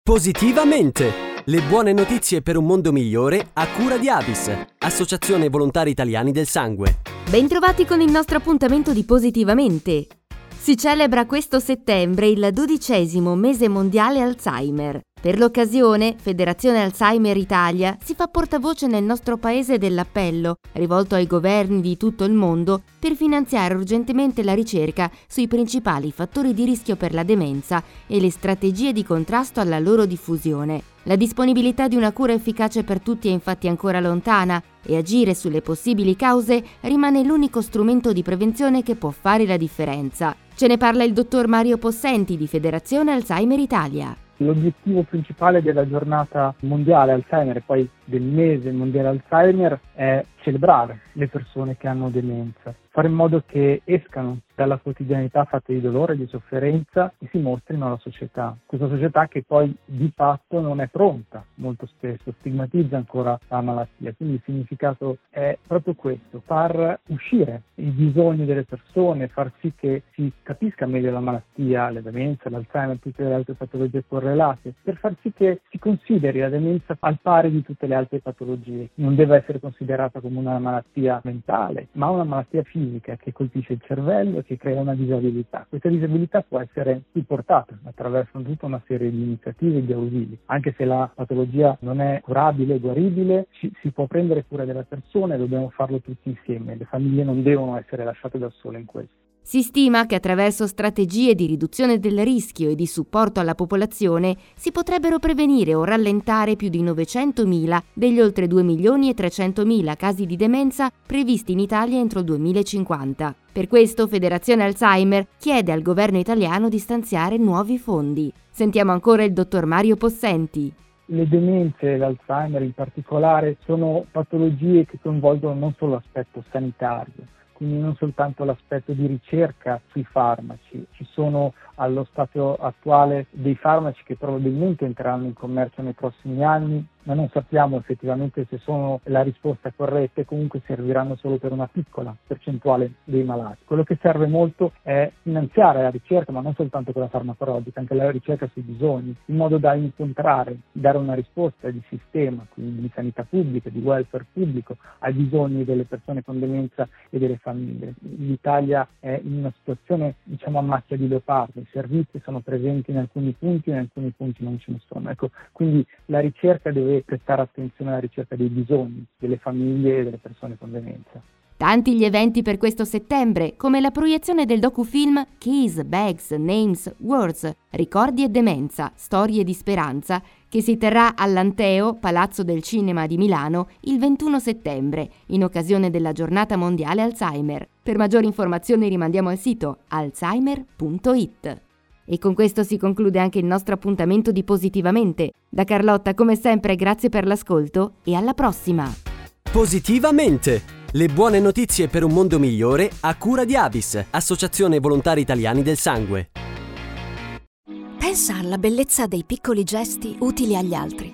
Positivamente! Le buone notizie per un mondo migliore a cura di Avis, Associazione Volontari Italiani del Sangue. Bentrovati con il nostro appuntamento di Positivamente. Si celebra questo settembre il 12° mese mondiale Alzheimer. Per l'occasione, Federazione Alzheimer Italia si fa portavoce nel nostro paese dell'appello, rivolto ai governi di tutto il mondo, per finanziare urgentemente la ricerca sui principali fattori di rischio per la demenza e le strategie di contrasto alla loro diffusione. La disponibilità di una cura efficace per tutti è infatti ancora lontana e agire sulle possibili cause rimane l'unico strumento di prevenzione che può fare la differenza. Ce ne parla il dottor Mario Possenti di Federazione Alzheimer Italia. L'obiettivo principale della giornata mondiale Alzheimer e poi del mese mondiale Alzheimer è celebrare le persone che hanno demenza, fare in modo che escano dalla quotidianità fatta di dolore e di sofferenza e si mostrino alla società. Questa società che poi di fatto non è pronta, molto spesso stigmatizza ancora la malattia, quindi il significato è proprio questo: far uscire i bisogni delle persone, far sì che si capisca meglio la malattia, la demenza, l'Alzheimer, tutte le altre patologie correlate, per far sì che si consideri la demenza al pari di tutte le altre patologie. Non deve essere considerata come una malattia mentale, ma una malattia fisica che colpisce il cervello e che crea una disabilità. Questa disabilità può essere supportata attraverso tutta una serie di iniziative e di ausili. Anche se la patologia non è curabile, guaribile, si può prendere cura della persona e dobbiamo farlo tutti insieme. Le famiglie non devono essere lasciate da sole in questo. Si stima che attraverso strategie di riduzione del rischio e di supporto alla popolazione si potrebbero prevenire o rallentare più di 900.000 degli oltre 2.300.000 casi di demenza previsti in Italia entro il 2050. Per questo Federazione Alzheimer chiede al governo italiano di stanziare nuovi fondi. Sentiamo ancora il dottor Mario Possenti. Le demenze e l'Alzheimer in particolare sono patologie che coinvolgono non solo l'aspetto sanitario, quindi non soltanto l'aspetto di ricerca sui farmaci. Ci sono allo stato attuale dei farmaci che probabilmente entreranno in commercio nei prossimi anni, ma non sappiamo effettivamente se sono la risposta corretta e comunque serviranno solo per una piccola percentuale dei malati. Quello che serve molto è finanziare la ricerca, ma non soltanto quella farmacologica, anche la ricerca sui bisogni, in modo da incontrare, dare una risposta di sistema, quindi di sanità pubblica, di welfare pubblico, ai bisogni delle persone con demenza e delle famiglie. L'Italia è in una situazione, a macchia di leopardo. I servizi sono presenti in alcuni punti non ce ne sono. Quindi la ricerca deve prestare attenzione alla ricerca dei bisogni delle famiglie e delle persone con demenza. Tanti gli eventi per questo settembre, come la proiezione del docufilm Keys, Bags, Names, Words, Ricordi e Demenza, Storie di Speranza, che si terrà all'Anteo, Palazzo del Cinema di Milano, il 21 settembre, in occasione della Giornata Mondiale Alzheimer. Per maggiori informazioni rimandiamo al sito alzheimer.it. E con questo si conclude anche il nostro appuntamento di Positivamente. Da Carlotta, come sempre, grazie per l'ascolto e alla prossima! Positivamente! Le buone notizie per un mondo migliore a cura di Avis, Associazione Volontari Italiani del Sangue. Pensa alla bellezza dei piccoli gesti utili agli altri.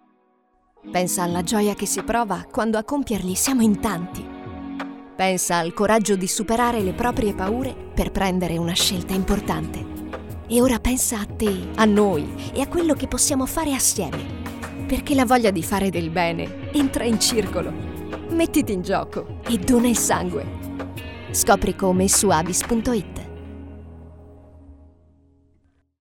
Pensa alla gioia che si prova quando a compierli siamo in tanti. Pensa al coraggio di superare le proprie paure per prendere una scelta importante. E ora pensa a te, a noi e a quello che possiamo fare assieme. Perché la voglia di fare del bene entra in circolo. Mettiti in gioco e dona il sangue. Scopri come su avis.it.